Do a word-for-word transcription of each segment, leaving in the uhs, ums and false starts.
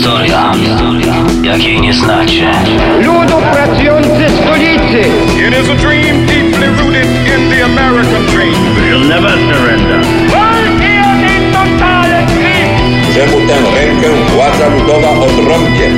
Historia, jakiej nie znacie. Ludu pracujący stolicy. It is a dream deeply rooted in the American dream. We'll never surrender. Że mu tę rękę władza ludowa odrąbie.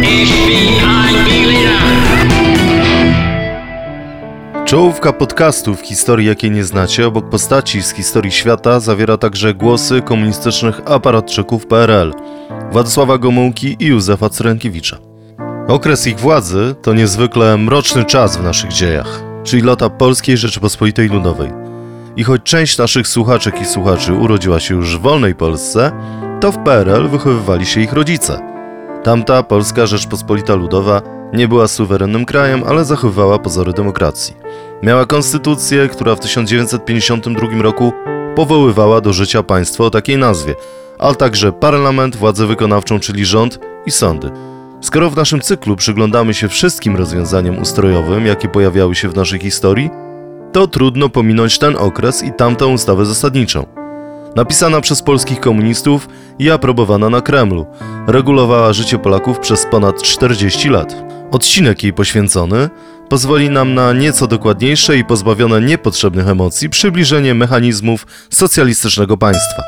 Czołówka podcastów Historii, jakiej nie znacie, obok postaci z historii świata zawiera także głosy komunistycznych aparatczyków P R L, Władysława Gomułki i Józefa Cyrankiewicza. Okres ich władzy to niezwykle mroczny czas w naszych dziejach, czyli lata Polskiej Rzeczypospolitej Ludowej. I choć część naszych słuchaczek i słuchaczy urodziła się już w wolnej Polsce, to w P R L wychowywali się ich rodzice. Tamta Polska Rzeczpospolita Ludowa nie była suwerennym krajem, ale zachowywała pozory demokracji. Miała konstytucję, która w tysiąc dziewięćset pięćdziesiątym drugim roku powoływała do życia państwo o takiej nazwie, ale także parlament, władzę wykonawczą, czyli rząd i sądy. Skoro w naszym cyklu przyglądamy się wszystkim rozwiązaniom ustrojowym, jakie pojawiały się w naszej historii, to trudno pominąć ten okres i tamtą ustawę zasadniczą. Napisana przez polskich komunistów i aprobowana na Kremlu, regulowała życie Polaków przez ponad czterdzieści lat. Odcinek jej poświęcony pozwoli nam na nieco dokładniejsze i pozbawione niepotrzebnych emocji przybliżenie mechanizmów socjalistycznego państwa.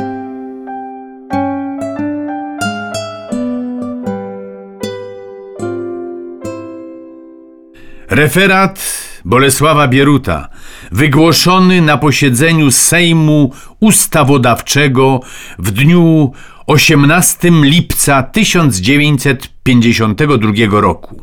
Referat Bolesława Bieruta, wygłoszony na posiedzeniu Sejmu Ustawodawczego w dniu osiemnastego lipca tysiąc dziewięćset pięćdziesiątego drugiego roku.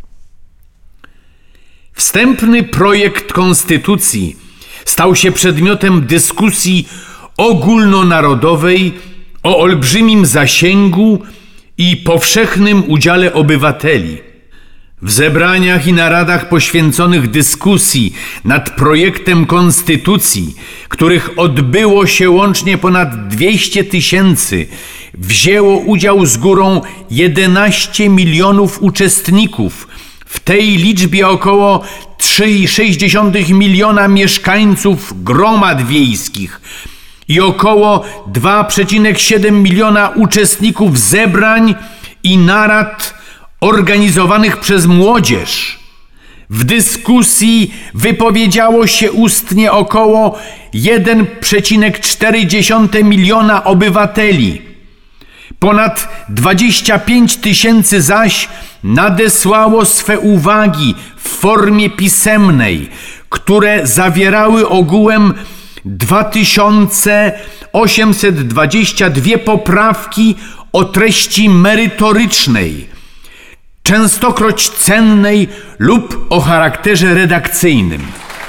Wstępny projekt konstytucji stał się przedmiotem dyskusji ogólnonarodowej o olbrzymim zasięgu i powszechnym udziale obywateli. W zebraniach i naradach poświęconych dyskusji nad projektem konstytucji, których odbyło się łącznie ponad dwieście tysięcy, wzięło udział z górą jedenaście milionów uczestników, w tej liczbie około trzy przecinek sześć miliona mieszkańców gromad wiejskich i około dwa przecinek siedem miliona uczestników zebrań i narad organizowanych przez młodzież. W dyskusji wypowiedziało się ustnie około jeden przecinek cztery miliona obywateli. Ponad dwadzieścia pięć tysięcy zaś nadesłało swe uwagi w formie pisemnej, które zawierały ogółem dwa tysiące osiemset dwadzieścia dwie poprawki o treści merytorycznej, częstokroć cennej lub o charakterze redakcyjnym.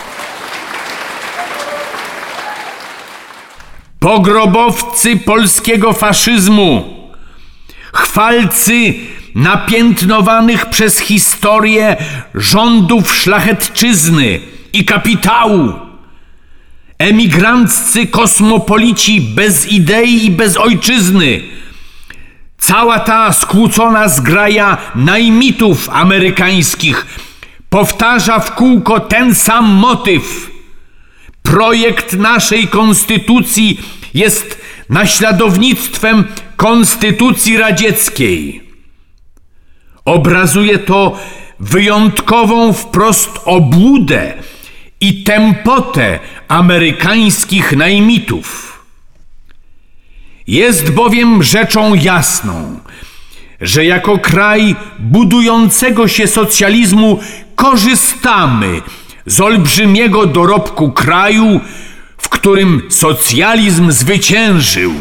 Pogrobowcy polskiego faszyzmu, chwalcy napiętnowanych przez historię rządów szlachetczyzny i kapitału, emigranccy kosmopolici bez idei i bez ojczyzny, cała ta skłócona zgraja najmitów amerykańskich powtarza w kółko ten sam motyw. Projekt naszej konstytucji jest naśladownictwem konstytucji radzieckiej. Obrazuje to wyjątkową wprost obłudę i tępotę amerykańskich najmitów. Jest bowiem rzeczą jasną, że jako kraj budującego się socjalizmu korzystamy z olbrzymiego dorobku kraju, w którym socjalizm zwyciężył.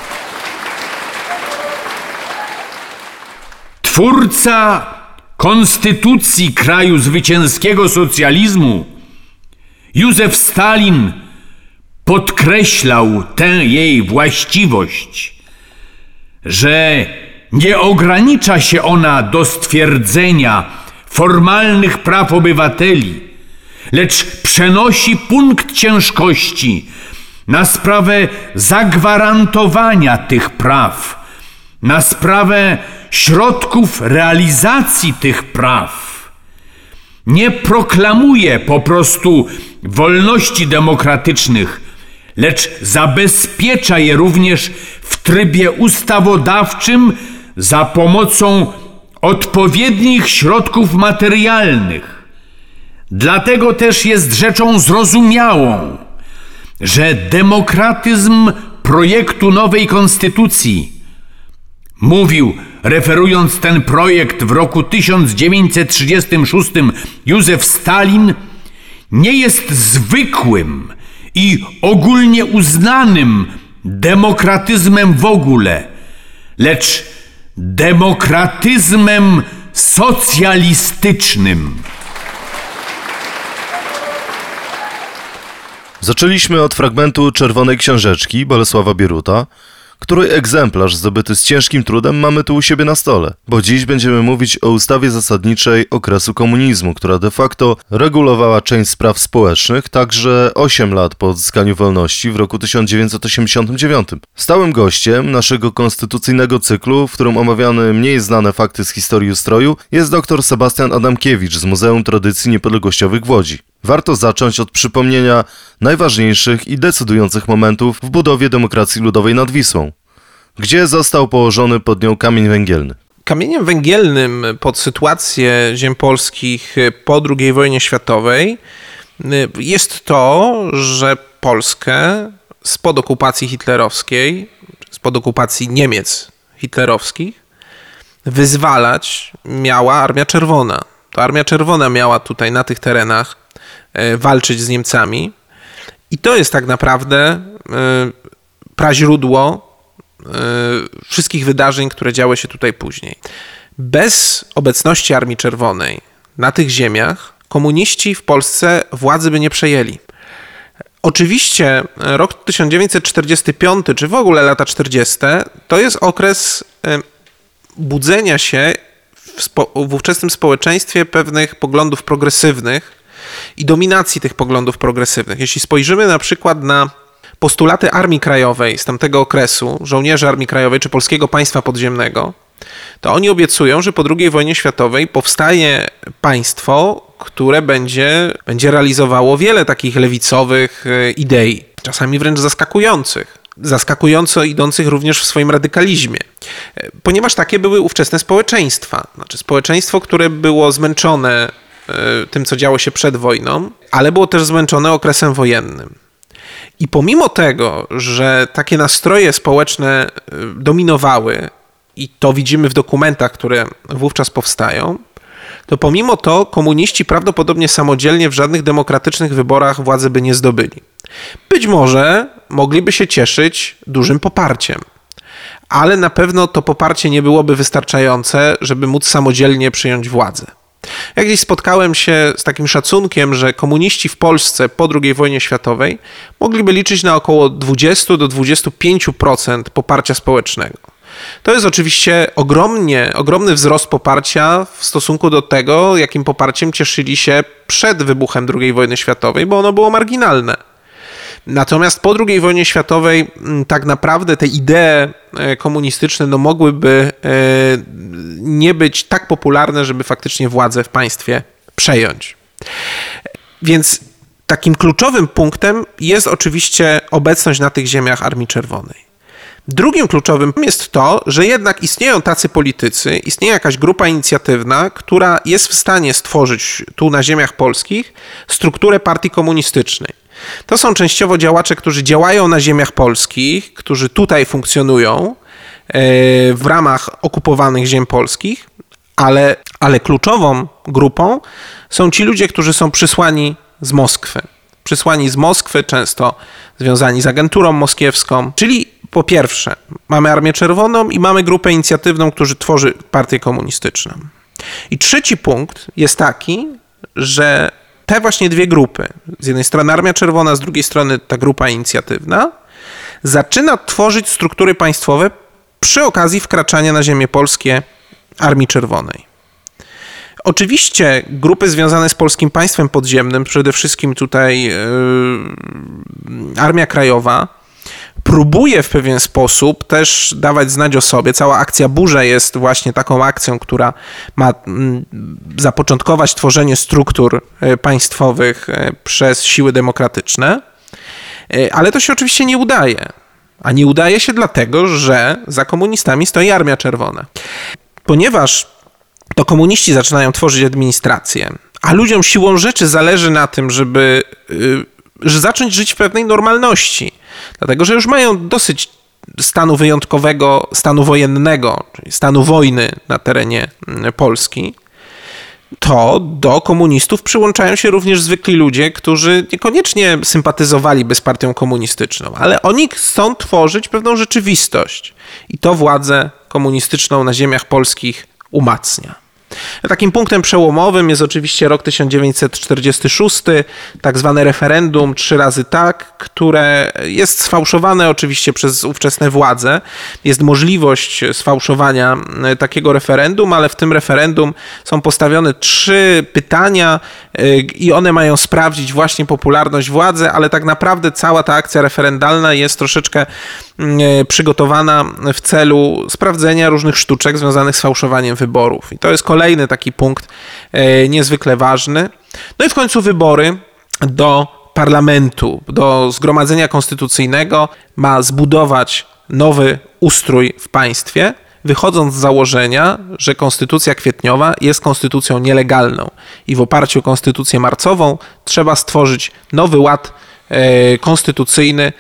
Twórca konstytucji kraju zwycięskiego socjalizmu, Józef Stalin, podkreślał tę jej właściwość, że nie ogranicza się ona do stwierdzenia formalnych praw obywateli, lecz przenosi punkt ciężkości na sprawę zagwarantowania tych praw, na sprawę środków realizacji tych praw. Nie proklamuje po prostu wolności demokratycznych, lecz zabezpiecza je również w trybie ustawodawczym za pomocą odpowiednich środków materialnych. Dlatego też jest rzeczą zrozumiałą, że demokratyzm projektu nowej konstytucji, mówił, referując ten projekt w roku tysiąc dziewięćset trzydziestym szóstym Józef Stalin, nie jest zwykłym i ogólnie uznanym demokratyzmem w ogóle, lecz demokratyzmem socjalistycznym. Zaczęliśmy od fragmentu Czerwonej Książeczki Bolesława Bieruta, której egzemplarz zdobyty z ciężkim trudem mamy tu u siebie na stole, bo dziś będziemy mówić o ustawie zasadniczej okresu komunizmu, która de facto regulowała część spraw społecznych, także osiem lat po odzyskaniu wolności w roku tysiąc dziewięćset osiemdziesiątym dziewiątym. Stałym gościem naszego konstytucyjnego cyklu, w którym omawiane mniej znane fakty z historii ustroju, jest dr Sebastian Adamkiewicz z Muzeum Tradycji Niepodległościowych w Łodzi. Warto zacząć od przypomnienia najważniejszych i decydujących momentów w budowie demokracji ludowej nad Wisłą. Gdzie został położony pod nią kamień węgielny? Kamieniem węgielnym pod sytuację ziem polskich po drugiej wojnie światowej jest to, że Polskę spod okupacji hitlerowskiej, spod okupacji Niemiec hitlerowskich wyzwalać miała Armia Czerwona. To Armia Czerwona miała tutaj na tych terenach walczyć z Niemcami i to jest tak naprawdę praźródło wszystkich wydarzeń, które działy się tutaj później. Bez obecności Armii Czerwonej na tych ziemiach komuniści w Polsce władzy by nie przejęli. Oczywiście rok tysiąc dziewięćset czterdziesty piąty, czy w ogóle lata czterdzieste, to jest okres budzenia się w, spo- w ówczesnym społeczeństwie pewnych poglądów progresywnych i dominacji tych poglądów progresywnych. Jeśli spojrzymy na przykład na postulaty Armii Krajowej z tamtego okresu, żołnierzy Armii Krajowej czy Polskiego Państwa Podziemnego, to oni obiecują, że po drugiej wojnie światowej powstaje państwo, które będzie, będzie realizowało wiele takich lewicowych idei, czasami wręcz zaskakujących. Zaskakująco idących również w swoim radykalizmie. Ponieważ takie były ówczesne społeczeństwa. Znaczy społeczeństwo, które było zmęczone tym, co działo się przed wojną, ale było też zmęczone okresem wojennym. I pomimo tego, że takie nastroje społeczne dominowały, i to widzimy w dokumentach, które wówczas powstają, to pomimo to komuniści prawdopodobnie samodzielnie w żadnych demokratycznych wyborach władzy by nie zdobyli. Być może mogliby się cieszyć dużym poparciem, ale na pewno to poparcie nie byłoby wystarczające, żeby móc samodzielnie przyjąć władzę. Ja gdzieś spotkałem się z takim szacunkiem, że komuniści w Polsce po drugiej wojnie światowej mogliby liczyć na około dwadzieścia do dwudziestu pięciu procent poparcia społecznego. To jest oczywiście ogromnie, ogromny wzrost poparcia w stosunku do tego, jakim poparciem cieszyli się przed wybuchem drugiej wojny światowej, bo ono było marginalne. Natomiast po drugiej wojnie światowej tak naprawdę te idee komunistyczne no, mogłyby nie być tak popularne, żeby faktycznie władzę w państwie przejąć. Więc takim kluczowym punktem jest oczywiście obecność na tych ziemiach Armii Czerwonej. Drugim kluczowym jest to, że jednak istnieją tacy politycy, istnieje jakaś grupa inicjatywna, która jest w stanie stworzyć tu na ziemiach polskich strukturę partii komunistycznej. To są częściowo działacze, którzy działają na ziemiach polskich, którzy tutaj funkcjonują w ramach okupowanych ziem polskich, ale, ale kluczową grupą są ci ludzie, którzy są przysłani z Moskwy. Przysłani z Moskwy, często związani z agenturą moskiewską, czyli po pierwsze mamy Armię Czerwoną i mamy grupę inicjatywną, którzy tworzy partię komunistyczną. I trzeci punkt jest taki, że te właśnie dwie grupy, z jednej strony Armia Czerwona, z drugiej strony ta grupa inicjatywna, zaczyna tworzyć struktury państwowe przy okazji wkraczania na ziemię polskie Armii Czerwonej. Oczywiście grupy związane z Polskim Państwem Podziemnym, przede wszystkim tutaj yy, Armia Krajowa, próbuje w pewien sposób też dawać znać o sobie. Cała akcja Burza jest właśnie taką akcją, która ma zapoczątkować tworzenie struktur państwowych przez siły demokratyczne, ale to się oczywiście nie udaje. A nie udaje się dlatego, że za komunistami stoi Armia Czerwona. Ponieważ to komuniści zaczynają tworzyć administrację, a ludziom siłą rzeczy zależy na tym, żeby yy, że zacząć żyć w pewnej normalności. Dlatego, że już mają dosyć stanu wyjątkowego, stanu wojennego, czyli stanu wojny na terenie Polski, to do komunistów przyłączają się również zwykli ludzie, którzy niekoniecznie sympatyzowaliby z partią komunistyczną, ale oni chcą tworzyć pewną rzeczywistość i to władzę komunistyczną na ziemiach polskich umacnia. Takim punktem przełomowym jest oczywiście rok tysiąc dziewięćset czterdziesty szósty, tak zwane referendum trzy razy tak, które jest sfałszowane oczywiście przez ówczesne władze. Jest możliwość sfałszowania takiego referendum, ale w tym referendum są postawione trzy pytania i one mają sprawdzić właśnie popularność władzy, ale tak naprawdę cała ta akcja referendalna jest troszeczkę przygotowana w celu sprawdzenia różnych sztuczek związanych z fałszowaniem wyborów. I to jest kolejny taki punkt niezwykle ważny. No i w końcu wybory do parlamentu, do Zgromadzenia Konstytucyjnego ma zbudować nowy ustrój w państwie, wychodząc z założenia, że konstytucja kwietniowa jest konstytucją nielegalną i w oparciu o konstytucję marcową trzeba stworzyć nowy ład konstytucyjny,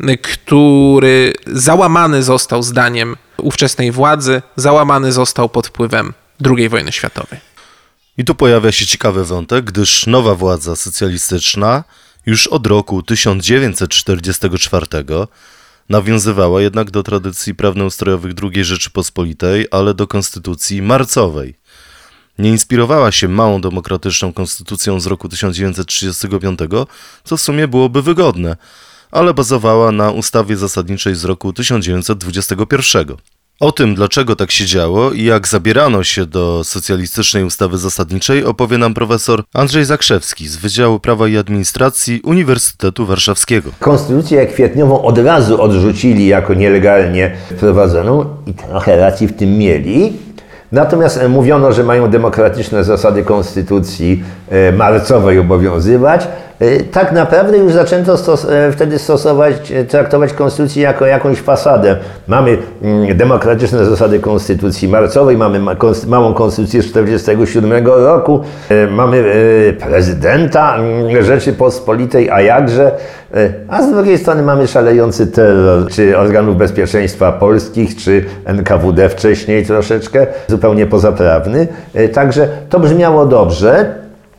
który załamany został zdaniem ówczesnej władzy, załamany został pod wpływem drugiej wojny światowej. I tu pojawia się ciekawy wątek, gdyż nowa władza socjalistyczna już od roku tysiąc dziewięćset czterdziestego czwartego nawiązywała jednak do tradycji prawnoustrojowych drugiej Rzeczypospolitej, ale do konstytucji marcowej. Nie inspirowała się małą demokratyczną konstytucją z roku tysiąc dziewięćset trzydziestego piątego, co w sumie byłoby wygodne, ale bazowała na ustawie zasadniczej z roku tysiąc dziewięćset dwudziestego pierwszego. O tym, dlaczego tak się działo i jak zabierano się do socjalistycznej ustawy zasadniczej, opowie nam profesor Andrzej Zakrzewski z Wydziału Prawa i Administracji Uniwersytetu Warszawskiego. Konstytucję kwietniową od razu odrzucili jako nielegalnie wprowadzoną i trochę racji w tym mieli. Natomiast mówiono, że mają demokratyczne zasady konstytucji marcowej obowiązywać. Tak naprawdę już zaczęto stos- wtedy stosować, traktować konstytucję jako jakąś fasadę. Mamy demokratyczne zasady konstytucji marcowej, mamy małą konstytucję z tysiąc dziewięćset czterdziestego siódmego roku, mamy prezydenta Rzeczypospolitej, a jakże, a z drugiej strony mamy szalejący terror, czy organów bezpieczeństwa polskich, czy N K W D wcześniej troszeczkę, zupełnie pozaprawny. Także to brzmiało dobrze.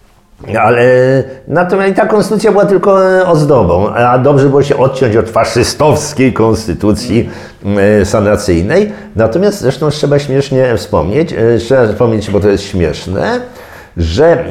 Ale natomiast ta konstytucja była tylko ozdobą, a dobrze było się odciąć od faszystowskiej konstytucji sanacyjnej. Natomiast zresztą trzeba śmiesznie wspomnieć, trzeba wspomnieć, bo to jest śmieszne, że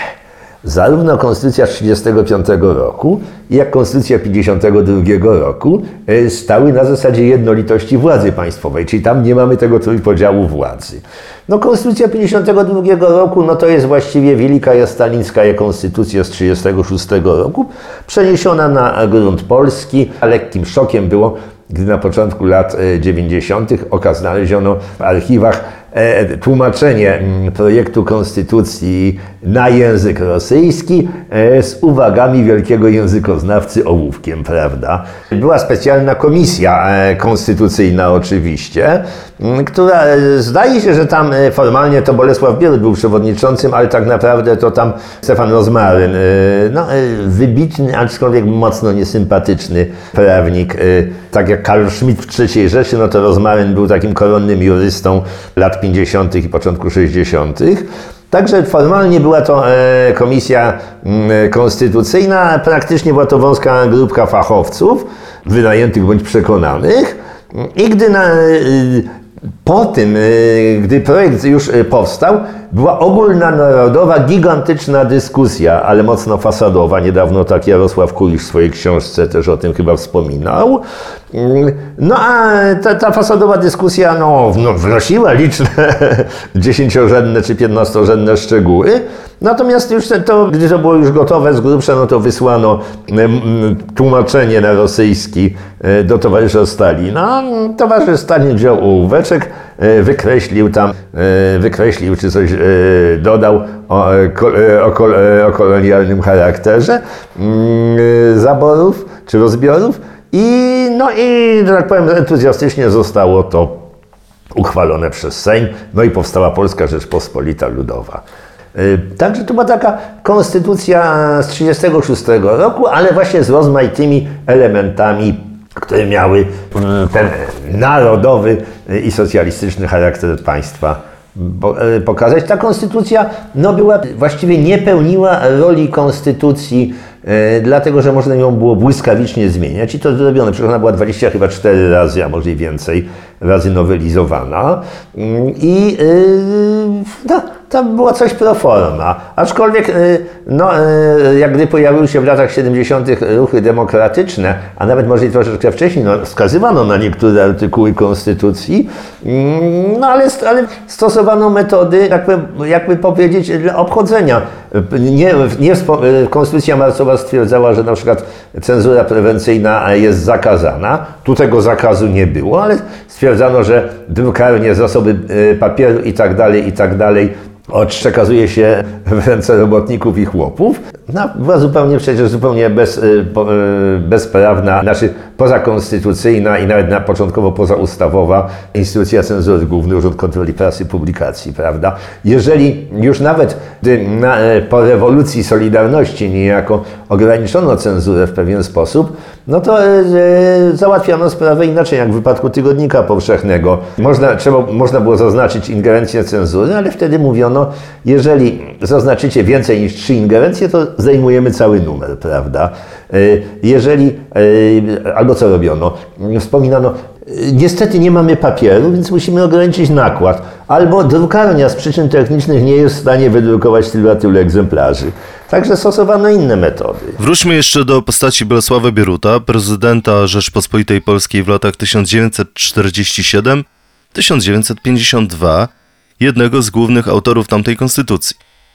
zarówno konstytucja z tysiąc dziewięćset trzydziestego piątego roku, jak konstytucja tysiąc dziewięćset pięćdziesiątego drugiego roku stały na zasadzie jednolitości władzy państwowej, czyli tam nie mamy tego trójpodziału władzy. No konstytucja tysiąc dziewięćset pięćdziesiątego drugiego roku, no to jest właściwie wielka stalińska konstytucja z tysiąc dziewięćset trzydziestego szóstego roku, przeniesiona na grunt polski, a lekkim szokiem było, gdy na początku lat dziewięćdziesiątych znaleziono w archiwach tłumaczenie projektu konstytucji na język rosyjski z uwagami wielkiego językoznawcy ołówkiem, prawda? Była specjalna komisja konstytucyjna oczywiście, która zdaje się, że tam formalnie to Bolesław Bierut był przewodniczącym, ale tak naprawdę to tam Stefan Rozmaryn, no, wybitny, aczkolwiek mocno niesympatyczny prawnik, tak jak Karl Schmitt w trzeciej Rzeszy, no to Rozmaryn był takim koronnym jurystą lat pięćdziesiątych i początku sześćdziesiątych. Także formalnie była to e, komisja e, konstytucyjna, praktycznie była to wąska grupka fachowców, wynajętych bądź przekonanych. I gdy na, e, po tym, e, gdy projekt już powstał, była ogólna narodowa, gigantyczna dyskusja, ale mocno fasadowa. Niedawno tak Jarosław Kulisz w swojej książce też o tym chyba wspominał. No a ta, ta fasadowa dyskusja no, no, wnosiła liczne dziesięciorzędne czy piętnastorzędne szczegóły. Natomiast już to, gdy to było już gotowe z grubsza, no to wysłano tłumaczenie na rosyjski do towarzysza Stalina. Towarzysz Stalin wziął ołóweczek, wykreślił tam, wykreślił czy coś dodał o, o, o kolonialnym charakterze zaborów czy rozbiorów I, no i, że tak powiem, entuzjastycznie zostało to uchwalone przez Sejm, no i powstała Polska Rzeczpospolita Ludowa. Także to była taka konstytucja z tysiąc dziewięćset trzydziestego szóstego roku, ale właśnie z rozmaitymi elementami, które miały ten narodowy i socjalistyczny charakter państwa pokazać. Ta konstytucja no, była, właściwie nie pełniła roli konstytucji, e, dlatego że można ją było błyskawicznie zmieniać i to zrobione. Przecież ona była dwadzieścia chyba cztery razy, a może i więcej razy nowelizowana. I e, no, to była coś pro forma. Aczkolwiek e, no, e, jak gdy pojawiły się w latach siedemdziesiątych ruchy demokratyczne, a nawet może i troszeczkę wcześniej, no, wskazywano na niektóre artykuły konstytucji, no ale, ale stosowano metody, jakby, jakby powiedzieć, dla obchodzenia. Nie, nie, Konstytucja marcowa stwierdzała, że na przykład cenzura prewencyjna jest zakazana. Tu tego zakazu nie było, ale stwierdzano, że drukarnie, zasoby papieru i tak dalej, i tak dalej przekazuje się w ręce robotników i chłopów. No, była zupełnie przecież zupełnie bez, bezprawna, znaczy pozakonstytucyjna i nawet na początkowo pozaustawowa instytucja cenzury, Główny Urząd Kontroli Prasy i Publikacji, prawda? Jeżeli już nawet na, po rewolucji Solidarności niejako ograniczono cenzurę w pewien sposób, no to e, załatwiano sprawę inaczej, jak w wypadku Tygodnika Powszechnego. Można, trzeba, można było zaznaczyć ingerencję cenzury, ale wtedy mówiono, jeżeli zaznaczycie więcej niż trzy ingerencje, to zdejmujemy cały numer, prawda? E, jeżeli, e, albo co robiono? Wspominano, niestety nie mamy papieru, więc musimy ograniczyć nakład. Albo drukarnia z przyczyn technicznych nie jest w stanie wydrukować tylu a tylu egzemplarzy. Także stosowano inne metody. Wróćmy jeszcze do postaci Bolesława Bieruta, prezydenta Rzeczpospolitej Polskiej w latach tysiąc dziewięćset czterdziesty siódmy do tysiąc dziewięćset pięćdziesiątego drugiego, jednego z głównych autorów tamtej konstytucji.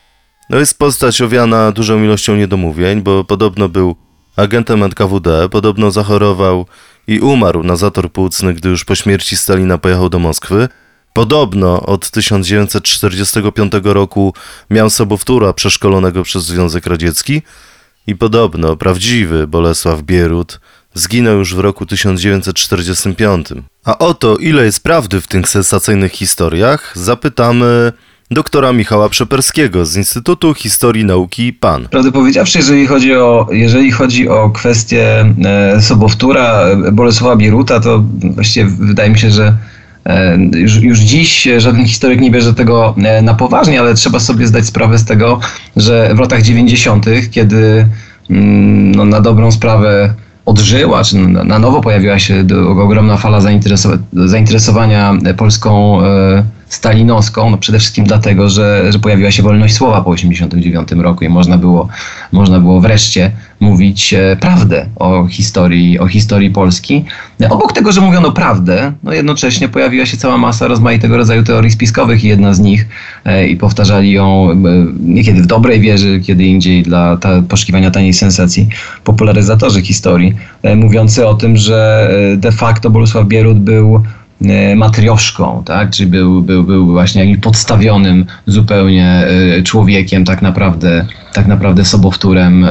No jest postać owiana dużą ilością niedomówień, bo podobno był agentem N K W D, podobno zachorował i umarł na zator płucny, gdy już po śmierci Stalina pojechał do Moskwy. Podobno od tysiąc dziewięćset czterdziestego piątego roku miał sobowtóra przeszkolonego przez Związek Radziecki i podobno prawdziwy Bolesław Bierut zginął już w roku tysiąc dziewięćset czterdziestym piątym. A o to, ile jest prawdy w tych sensacyjnych historiach, zapytamy doktora Michała Przeperskiego z Instytutu Historii Nauki P A N. Prawdę powiedziawszy, jeżeli chodzi o, jeżeli chodzi o kwestię e, sobowtóra Bolesława Bieruta, to właściwie wydaje mi się, że e, już, już dziś żaden historyk nie bierze tego e, na poważnie, ale trzeba sobie zdać sprawę z tego, że w latach dziewięćdziesiątych, kiedy mm, no, na dobrą sprawę odżyła, czy na, na nowo pojawiła się do, ogromna fala zainteresowa- zainteresowania Polską e, stalinowską, no przede wszystkim dlatego, że, że pojawiła się wolność słowa po osiemdziesiątym dziewiątym roku i można było, można było wreszcie mówić e, prawdę o historii, o historii Polski. Obok tego, że mówiono prawdę, no jednocześnie pojawiła się cała masa rozmaitego rodzaju teorii spiskowych i jedna z nich e, i powtarzali ją e, niekiedy w dobrej wierze, kiedy indziej dla ta, poszukiwania taniej sensacji popularyzatorzy historii, e, mówiący o tym, że de facto Bolesław Bierut był matrioszką, tak? Czyli był, był, był właśnie jakimś podstawionym zupełnie człowiekiem, tak naprawdę, tak naprawdę sobowtórem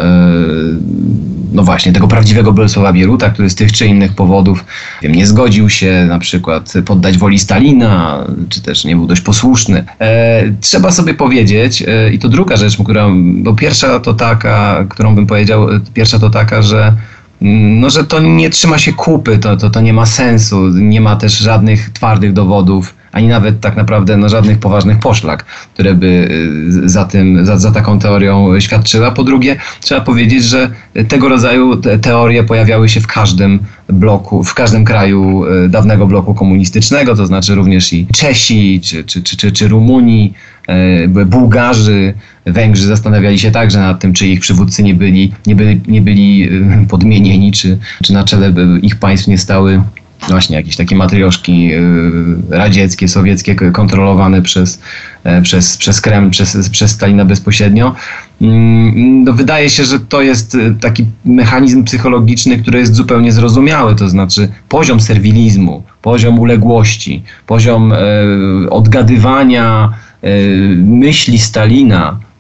no właśnie tego prawdziwego Bolesława Bieruta, który z tych czy innych powodów wiem, nie zgodził się na przykład poddać woli Stalina, czy też nie był dość posłuszny. E, trzeba sobie powiedzieć, e, i to druga rzecz, która, bo pierwsza to taka, którą bym powiedział, pierwsza to taka, że no, że to nie trzyma się kupy, to, to, to nie ma sensu, nie ma też żadnych twardych dowodów, ani nawet tak naprawdę no, żadnych poważnych poszlak, które by za, tym, za, za taką teorią świadczyły. A po drugie, trzeba powiedzieć, że tego rodzaju te teorie pojawiały się w każdym bloku, w każdym kraju dawnego bloku komunistycznego, to znaczy również i Czesi, czy, czy, czy, czy, czy Rumuni, Bułgarzy, Węgrzy zastanawiali się także nad tym, czy ich przywódcy nie byli, nie byli, nie byli podmienieni, czy, czy na czele ich państw nie stały właśnie jakieś takie matrioszki radzieckie, sowieckie, kontrolowane przez, przez, przez Kreml, przez, przez Stalina bezpośrednio. No, wydaje się, że to jest taki mechanizm psychologiczny, który jest zupełnie zrozumiały, to znaczy poziom serwilizmu, poziom uległości, poziom e, odgadywania e, myśli Stalina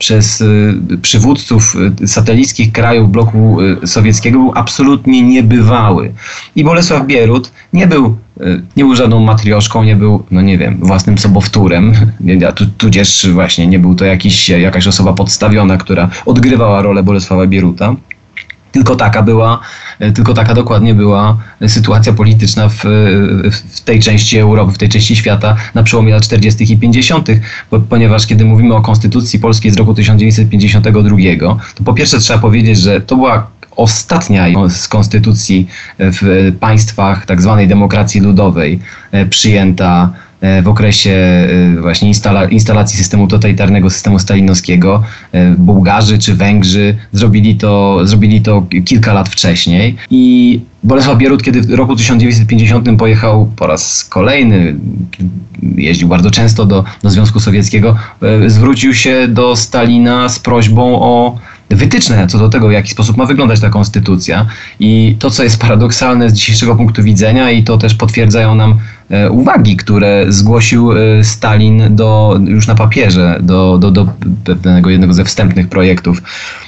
przez przywódców satelickich krajów bloku sowieckiego był absolutnie niebywały. I Bolesław Bierut nie był, nie był żadną matrioszką, nie był, no nie wiem, własnym sobowtórem, tudzież właśnie nie był to jakiś, jakaś osoba podstawiona, która odgrywała rolę Bolesława Bieruta. Tylko taka była, tylko taka dokładnie była sytuacja polityczna w, w tej części Europy, w tej części świata na przełomie lat czterdziestych i pięćdziesiątych, bo, ponieważ kiedy mówimy o Konstytucji Polskiej z roku tysiąc dziewięćset pięćdziesiątego drugiego, to po pierwsze trzeba powiedzieć, że to była ostatnia z konstytucji w państwach tak zwanej demokracji ludowej przyjęta w okresie właśnie instala- instalacji systemu totalitarnego, systemu stalinowskiego. Bułgarzy czy Węgrzy zrobili to, zrobili to kilka lat wcześniej i Bolesław Bierut, kiedy w roku tysiąc dziewięćset pięćdziesiątym pojechał po raz kolejny, jeździł bardzo często do, do Związku Sowieckiego, zwrócił się do Stalina z prośbą o wytyczne co do tego, w jaki sposób ma wyglądać ta konstytucja. I to, co jest paradoksalne z dzisiejszego punktu widzenia, i to też potwierdzają nam e, uwagi, które zgłosił e, Stalin do, już na papierze do, do, do pewnego jednego ze wstępnych projektów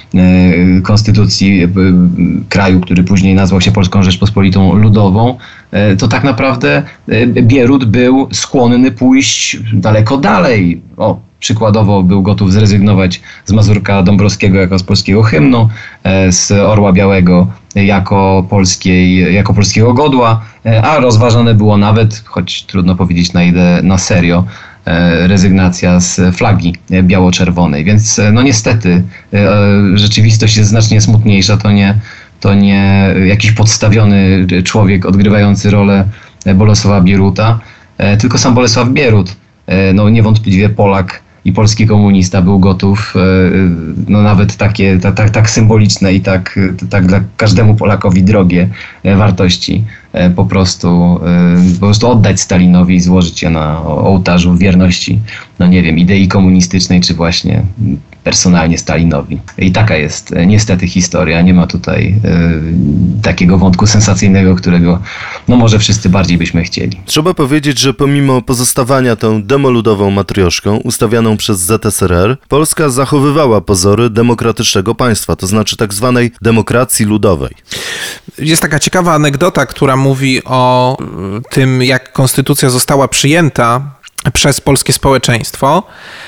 e, konstytucji e, kraju, który później nazwał się Polską Rzeczpospolitą Ludową, e, to tak naprawdę e, Bierut był skłonny pójść daleko dalej. O, przykładowo był gotów zrezygnować z Mazurka Dąbrowskiego jako z polskiego hymnu, z Orła Białego jako, polskiej, jako polskiego godła, a rozważane było nawet, choć trudno powiedzieć na ile na serio, rezygnacja z flagi biało-czerwonej. Więc no niestety rzeczywistość jest znacznie smutniejsza. To nie, to nie jakiś podstawiony człowiek odgrywający rolę Bolesława Bieruta, tylko sam Bolesław Bierut, no niewątpliwie Polak i polski komunista, był gotów no nawet takie tak, tak, tak symboliczne i tak, tak dla każdemu Polakowi drogie wartości po prostu, po prostu oddać Stalinowi i złożyć je na ołtarzu wierności, no nie wiem, idei komunistycznej, czy właśnie personalnie Stalinowi. I taka jest niestety historia. Nie ma tutaj y, takiego wątku sensacyjnego, którego no może wszyscy bardziej byśmy chcieli. Trzeba powiedzieć, że pomimo pozostawania tą demoludową matrioszką ustawianą przez Z S R R, Polska zachowywała pozory demokratycznego państwa, to znaczy tak zwanej demokracji ludowej. Jest taka ciekawa anegdota, która mówi o tym, jak konstytucja została przyjęta przez polskie społeczeństwo.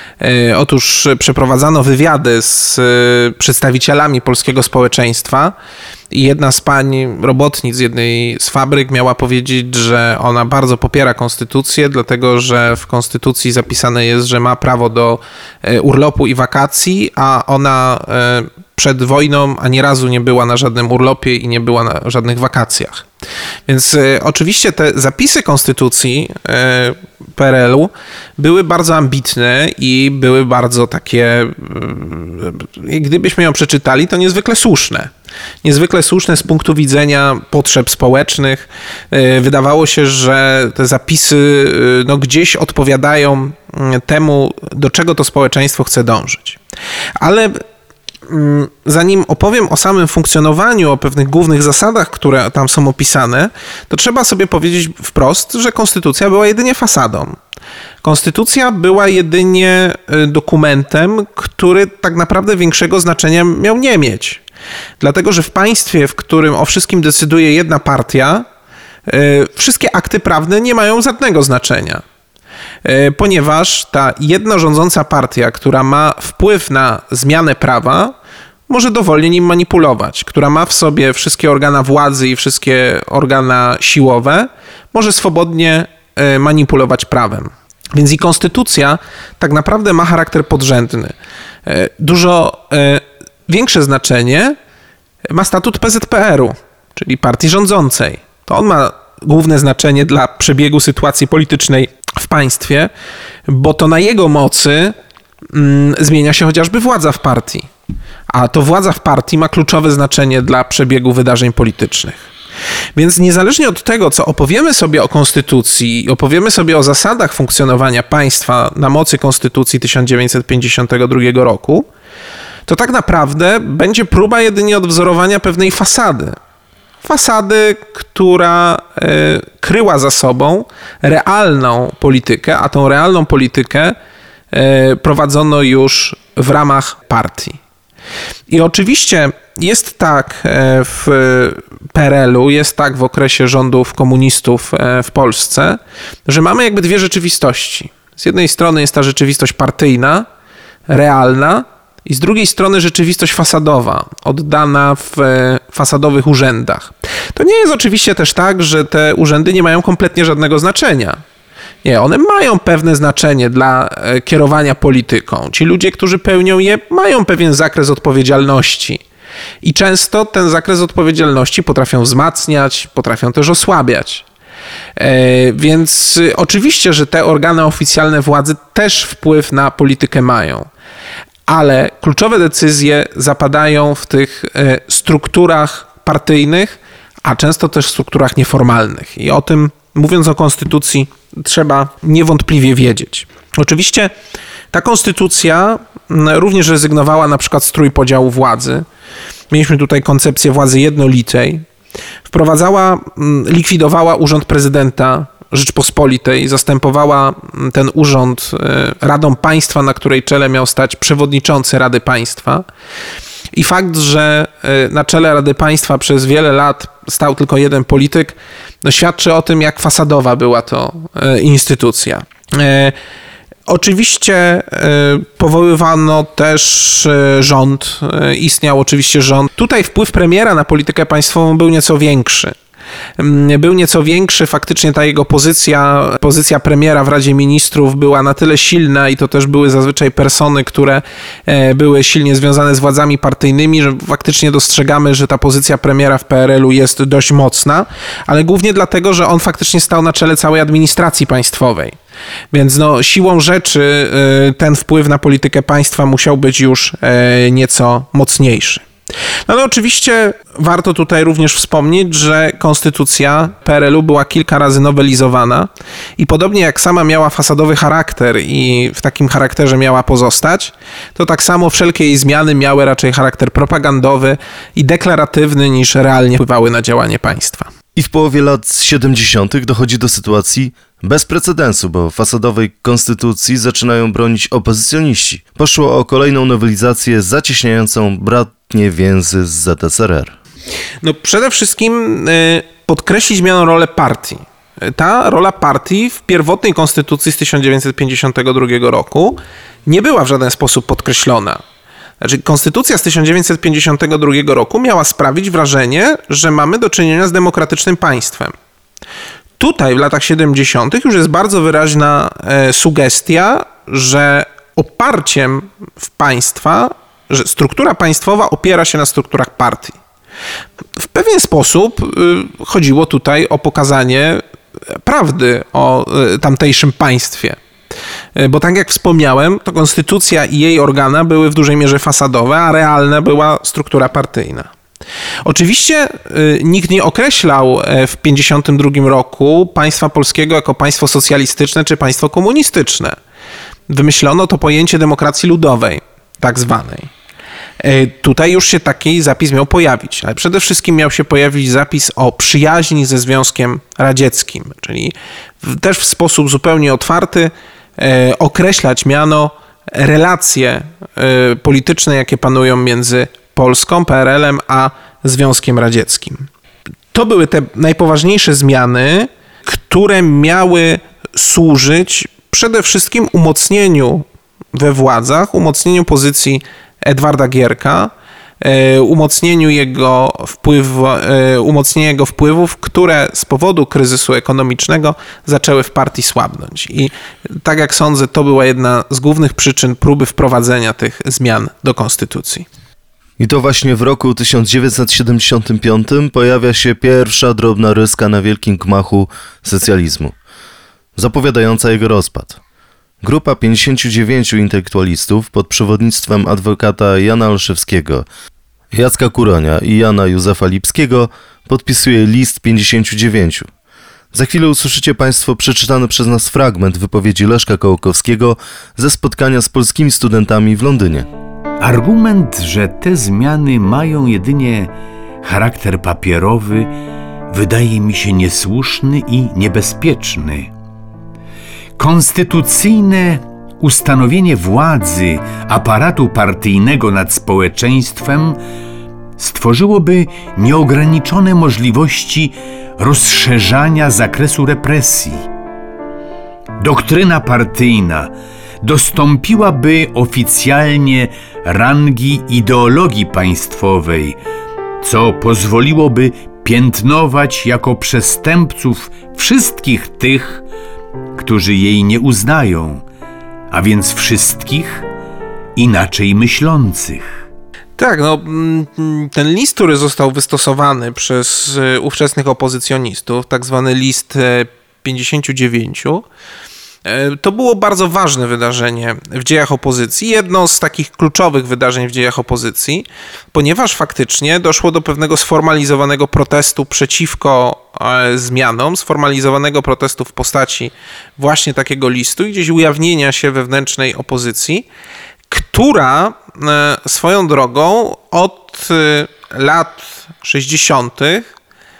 Otóż przeprowadzano wywiady z przedstawicielami polskiego społeczeństwa i jedna z pań robotnic z jednej z fabryk miała powiedzieć, że ona bardzo popiera konstytucję, dlatego że w konstytucji zapisane jest, że ma prawo do urlopu i wakacji, a ona przed wojną ani razu nie była na żadnym urlopie i nie była na żadnych wakacjach. Więc y, oczywiście te zapisy konstytucji y, P R L u były bardzo ambitne i były bardzo takie, y, gdybyśmy ją przeczytali, to niezwykle słuszne. Niezwykle słuszne z punktu widzenia potrzeb społecznych. Y, wydawało się, że te zapisy y, no, gdzieś odpowiadają temu, do czego to społeczeństwo chce dążyć. Ale zanim opowiem o samym funkcjonowaniu, o pewnych głównych zasadach, które tam są opisane, to trzeba sobie powiedzieć wprost, że konstytucja była jedynie fasadą. Konstytucja była jedynie dokumentem, który tak naprawdę większego znaczenia miał nie mieć. Dlatego, że w państwie, w którym o wszystkim decyduje jedna partia, wszystkie akty prawne nie mają żadnego znaczenia. Ponieważ ta jedna rządząca partia, która ma wpływ na zmianę prawa, może dowolnie nim manipulować, która ma w sobie wszystkie organa władzy i wszystkie organa siłowe, może swobodnie manipulować prawem. Więc i konstytucja tak naprawdę ma charakter podrzędny. Dużo większe znaczenie ma statut P Z P R u, czyli partii rządzącej. To on ma główne znaczenie dla przebiegu sytuacji politycznej w państwie, bo to na jego mocy mm, zmienia się chociażby władza w partii. A to władza w partii ma kluczowe znaczenie dla przebiegu wydarzeń politycznych. Więc niezależnie od tego, co opowiemy sobie o konstytucji i opowiemy sobie o zasadach funkcjonowania państwa na mocy konstytucji tysiąc dziewięćset pięćdziesiątego drugiego roku, to tak naprawdę będzie próba jedynie odwzorowania pewnej fasady. Fasady, która y, kryła za sobą realną politykę, a tą realną politykę y, prowadzono już w ramach partii. I oczywiście jest tak w P R L-u, jest tak w okresie rządów komunistów w Polsce, że mamy jakby dwie rzeczywistości. Z jednej strony jest ta rzeczywistość partyjna, realna, i z drugiej strony rzeczywistość fasadowa, oddana w fasadowych urzędach. To nie jest oczywiście też tak, że te urzędy nie mają kompletnie żadnego znaczenia. Nie, one mają pewne znaczenie dla kierowania polityką. Ci ludzie, którzy pełnią je, mają pewien zakres odpowiedzialności. I często ten zakres odpowiedzialności potrafią wzmacniać, potrafią też osłabiać. Więc oczywiście, że te organy oficjalne władzy też wpływ na politykę mają. Ale kluczowe decyzje zapadają w tych strukturach partyjnych, a często też w strukturach nieformalnych. I o tym, mówiąc o konstytucji, trzeba niewątpliwie wiedzieć. Oczywiście ta konstytucja również rezygnowała na przykład z trójpodziału władzy. Mieliśmy tutaj koncepcję władzy jednolitej. Wprowadzała, likwidowała urząd prezydenta Rzeczpospolitej, zastępowała ten urząd Radą Państwa, na której czele miał stać przewodniczący Rady Państwa. I fakt, że na czele Rady Państwa przez wiele lat stał tylko jeden polityk, no świadczy o tym, jak fasadowa była to instytucja. Oczywiście powoływano też rząd, istniał oczywiście rząd. Tutaj wpływ premiera na politykę państwową był nieco większy. Był nieco większy, faktycznie ta jego pozycja, pozycja premiera w Radzie Ministrów była na tyle silna i to też były zazwyczaj persony, które były silnie związane z władzami partyjnymi, że faktycznie dostrzegamy, że ta pozycja premiera w P R L-u jest dość mocna, ale głównie dlatego, że on faktycznie stał na czele całej administracji państwowej. Więc no, siłą rzeczy ten wpływ na politykę państwa musiał być już nieco mocniejszy. No ale oczywiście warto tutaj również wspomnieć, że konstytucja P R L-u była kilka razy nowelizowana i podobnie jak sama miała fasadowy charakter i w takim charakterze miała pozostać, to tak samo wszelkie jej zmiany miały raczej charakter propagandowy i deklaratywny niż realnie wpływały na działanie państwa. I w połowie lat siedemdziesiątych dochodzi do sytuacji bez precedensu, bo fasadowej konstytucji zaczynają bronić opozycjoniści. Poszło o kolejną nowelizację zacieśniającą bratnie więzy z Z S R R. No przede wszystkim y, podkreślić miano rolę partii. Ta rola partii w pierwotnej konstytucji z tysiąc dziewięćset pięćdziesiątego drugiego roku nie była w żaden sposób podkreślona. Znaczy, konstytucja z tysiąc dziewięćset pięćdziesiątego drugiego roku miała sprawić wrażenie, że mamy do czynienia z demokratycznym państwem. Tutaj w latach siedemdziesiątych już jest bardzo wyraźna e, sugestia, że oparciem w państwa, że struktura państwowa opiera się na strukturach partii. W pewien sposób y, chodziło tutaj o pokazanie prawdy o y, tamtejszym państwie. Bo tak jak wspomniałem, to konstytucja i jej organa były w dużej mierze fasadowe, a realna była struktura partyjna. Oczywiście y, nikt nie określał w tysiąc dziewięćset pięćdziesiątym drugim roku państwa polskiego jako państwo socjalistyczne czy państwo komunistyczne. Wymyślono to pojęcie demokracji ludowej, tak zwanej. Y, tutaj już się taki zapis miał pojawić, ale przede wszystkim miał się pojawić zapis o przyjaźni ze Związkiem Radzieckim, czyli w, też w sposób zupełnie otwarty y, określać miano relacje y, polityczne, jakie panują między Polską, P R L-em, a Związkiem Radzieckim. To były te najpoważniejsze zmiany, które miały służyć przede wszystkim umocnieniu we władzach, umocnieniu pozycji Edwarda Gierka, umocnieniu jego wpływu, umocnieniu jego wpływów, które z powodu kryzysu ekonomicznego zaczęły w partii słabnąć. I tak jak sądzę, to była jedna z głównych przyczyn próby wprowadzenia tych zmian do konstytucji. I to właśnie w roku tysiąc dziewięćset siedemdziesiątym piątym pojawia się pierwsza drobna ryska na wielkim gmachu socjalizmu, zapowiadająca jego rozpad. Grupa pięćdziesięciu dziewięciu intelektualistów pod przewodnictwem adwokata Jana Olszewskiego, Jacka Kuronia i Jana Józefa Lipskiego podpisuje list pięćdziesięciu dziewięciu. Za chwilę usłyszycie Państwo przeczytany przez nas fragment wypowiedzi Leszka Kołakowskiego ze spotkania z polskimi studentami w Londynie. Argument, że te zmiany mają jedynie charakter papierowy, wydaje mi się niesłuszny i niebezpieczny. Konstytucyjne ustanowienie władzy aparatu partyjnego nad społeczeństwem stworzyłoby nieograniczone możliwości rozszerzania zakresu represji. Doktryna partyjna dostąpiłaby oficjalnie rangi ideologii państwowej, co pozwoliłoby piętnować jako przestępców wszystkich tych, którzy jej nie uznają, a więc wszystkich inaczej myślących. Tak, no ten list, który został wystosowany przez ówczesnych opozycjonistów, tak zwany list pięćdziesięciu dziewięciu, to było bardzo ważne wydarzenie w dziejach opozycji, jedno z takich kluczowych wydarzeń w dziejach opozycji, ponieważ faktycznie doszło do pewnego sformalizowanego protestu przeciwko zmianom, sformalizowanego protestu w postaci właśnie takiego listu i gdzieś ujawnienia się wewnętrznej opozycji, która swoją drogą od lat sześćdziesiątych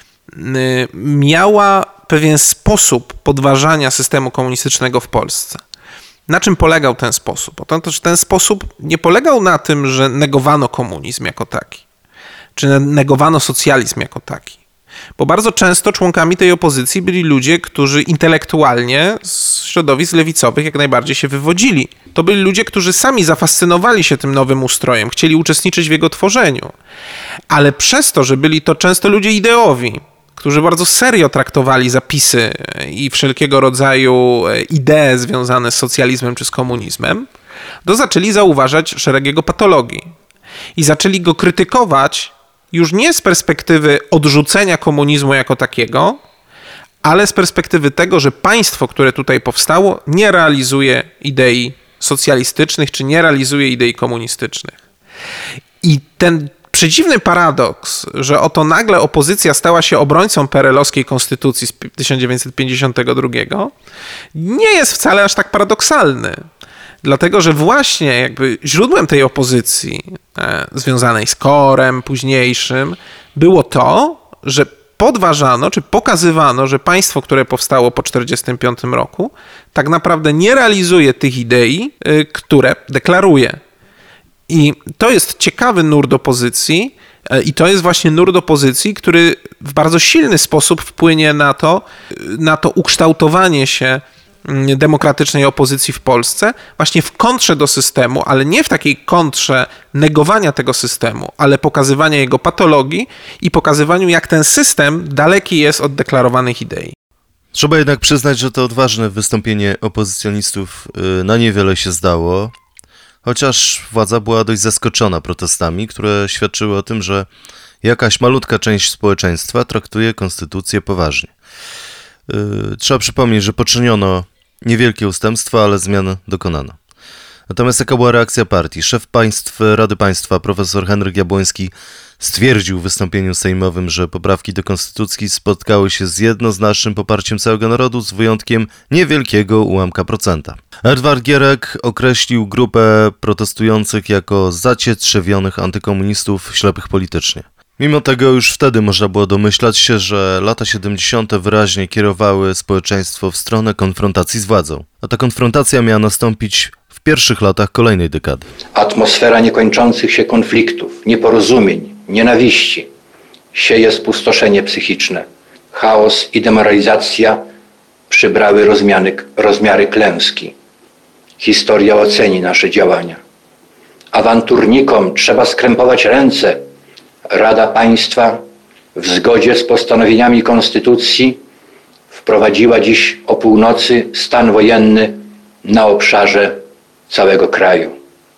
miała pewien sposób podważania systemu komunistycznego w Polsce. Na czym polegał ten sposób? Otóż ten sposób nie polegał na tym, że negowano komunizm jako taki, czy negowano socjalizm jako taki. Bo bardzo często członkami tej opozycji byli ludzie, którzy intelektualnie z środowisk lewicowych jak najbardziej się wywodzili. To byli ludzie, którzy sami zafascynowali się tym nowym ustrojem, chcieli uczestniczyć w jego tworzeniu. Ale przez to, że byli to często ludzie ideowi, którzy bardzo serio traktowali zapisy i wszelkiego rodzaju idee związane z socjalizmem czy z komunizmem, to zaczęli zauważać szereg jego patologii. I zaczęli go krytykować już nie z perspektywy odrzucenia komunizmu jako takiego, ale z perspektywy tego, że państwo, które tutaj powstało, nie realizuje idei socjalistycznych czy nie realizuje idei komunistycznych. I ten przedziwny paradoks, że oto nagle opozycja stała się obrońcą perelowskiej konstytucji z tysiąc dziewięćset pięćdziesiątego drugiego, nie jest wcale aż tak paradoksalny. Dlatego, że właśnie jakby źródłem tej opozycji e, związanej z Korem późniejszym było to, że podważano czy pokazywano, że państwo, które powstało po tysiąc dziewięćset czterdziestym piątym roku, tak naprawdę nie realizuje tych idei, y, które deklaruje. I to jest ciekawy nurt opozycji i to jest właśnie nurt opozycji, który w bardzo silny sposób wpłynie na to, na to ukształtowanie się demokratycznej opozycji w Polsce, właśnie w kontrze do systemu, ale nie w takiej kontrze negowania tego systemu, ale pokazywania jego patologii i pokazywaniu, jak ten system daleki jest od deklarowanych idei. Trzeba jednak przyznać, że to odważne wystąpienie opozycjonistów na niewiele się zdało, chociaż władza była dość zaskoczona protestami, które świadczyły o tym, że jakaś malutka część społeczeństwa traktuje konstytucję poważnie. Yy, trzeba przypomnieć, że poczyniono niewielkie ustępstwa, ale zmian dokonano. Natomiast jaka była reakcja partii? Szef państw, Rady Państwa, profesor Henryk Jabłoński, stwierdził w wystąpieniu sejmowym, że poprawki do konstytucji spotkały się z jednoznacznym poparciem całego narodu, z wyjątkiem niewielkiego ułamka procenta. Edward Gierek określił grupę protestujących jako zacietrzewionych antykomunistów ślepych politycznie. Mimo tego już wtedy można było domyślać się, że lata siedemdziesiąte wyraźnie kierowały społeczeństwo w stronę konfrontacji z władzą. A ta konfrontacja miała nastąpić w pierwszych latach kolejnej dekady. Atmosfera niekończących się konfliktów, nieporozumień, nienawiści sieje spustoszenie psychiczne. Chaos i demoralizacja przybrały rozmiany, rozmiary klęski. Historia oceni nasze działania. Awanturnikom trzeba skrępować ręce. Rada Państwa w zgodzie z postanowieniami Konstytucji wprowadziła dziś o północy stan wojenny na obszarze całego kraju.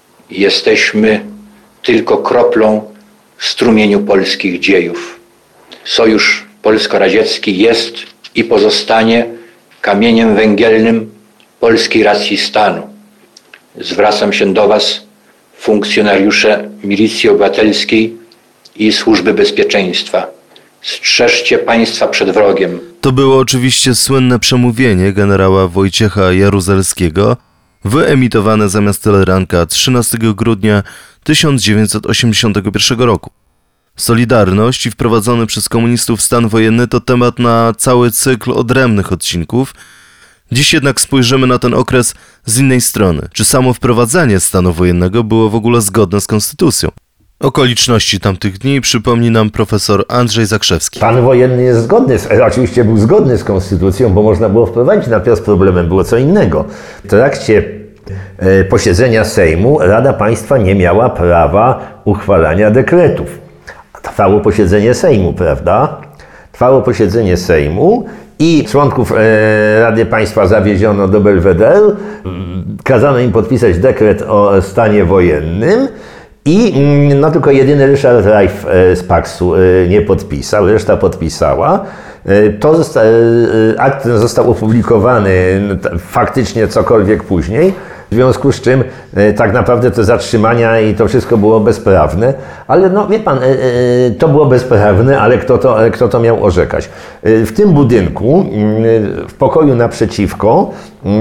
Jesteśmy tylko kroplą w strumieniu polskich dziejów. Sojusz polsko-radziecki jest i pozostanie kamieniem węgielnym polskiej racji stanu. Zwracam się do Was, funkcjonariusze Milicji Obywatelskiej i Służby Bezpieczeństwa. Strzeżcie państwa przed wrogiem. To było oczywiście słynne przemówienie generała Wojciecha Jaruzelskiego, wyemitowane zamiast teleranka trzynastego grudnia tysiąc dziewięćset osiemdziesiątego pierwszego roku. Solidarność i wprowadzony przez komunistów stan wojenny to temat na cały cykl odrębnych odcinków, Dziś jednak spojrzymy na ten okres z innej strony. Czy samo wprowadzenie stanu wojennego było w ogóle zgodne z konstytucją? Okoliczności tamtych dni przypomni nam profesor Andrzej Zakrzewski. Stan wojenny jest zgodny, z, oczywiście był zgodny z konstytucją, bo można było wprowadzić, natomiast problemem było co innego. W trakcie e, posiedzenia Sejmu Rada Państwa nie miała prawa uchwalania dekretów. Trwało posiedzenie Sejmu, prawda? Trwało posiedzenie Sejmu i członków e, Rady Państwa zawieziono do Belwederu, kazano im podpisać dekret o stanie wojennym. I no tylko jedyny Ryszard Rajf z Paksu nie podpisał, reszta podpisała. To zosta- akt ten został opublikowany faktycznie cokolwiek później, w związku z czym tak naprawdę te zatrzymania i to wszystko było bezprawne, ale no wie pan, to było bezprawne, ale kto to, kto to miał orzekać? W tym budynku, w pokoju naprzeciwko,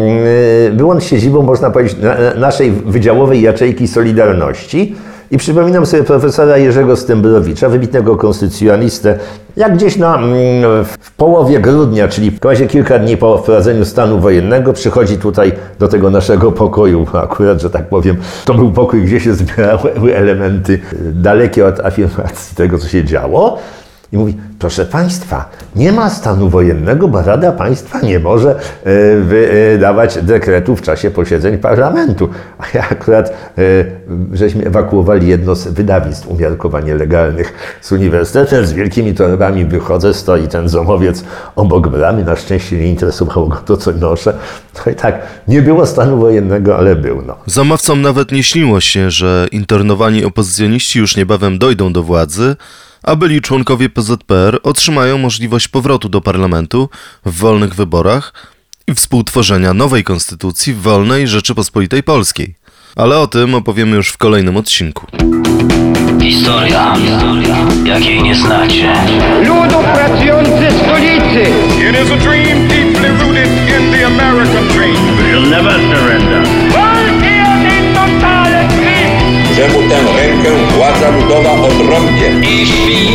był on siedzibą, można powiedzieć, naszej wydziałowej jaczejki Solidarności. I przypominam sobie profesora Jerzego Stębrowicza, wybitnego konstytucjonalistę, jak gdzieś na, w połowie grudnia, czyli w razie kilka dni po wprowadzeniu stanu wojennego, przychodzi tutaj do tego naszego pokoju, akurat, że tak powiem, to był pokój, gdzie się zbierały elementy dalekie od afirmacji tego, co się działo. I mówi, proszę Państwa, nie ma stanu wojennego, bo Rada Państwa nie może wydawać dekretu w czasie posiedzeń parlamentu. A ja akurat, żeśmy ewakuowali jedno z wydawnictw umiarkowanie legalnych z uniwersytetem, z wielkimi torbami wychodzę, stoi ten zomowiec obok bramy, na szczęście nie interesowało go to, co noszę. No i tak, nie było stanu wojennego, ale był, no. Zomowcom nawet nie śniło się, że internowani opozycjoniści już niebawem dojdą do władzy, a byli członkowie P Z P R otrzymają możliwość powrotu do parlamentu w wolnych wyborach i współtworzenia nowej konstytucji w wolnej Rzeczypospolitej Polskiej. Ale o tym opowiemy już w kolejnym odcinku. Historia, jakiej nie znacie. Ludu pracujący stolicy! It is a dream deeply rooted in the American dream. We'll never surrender. Czemu tę rękę władza ludowa odrąbie? Jeśli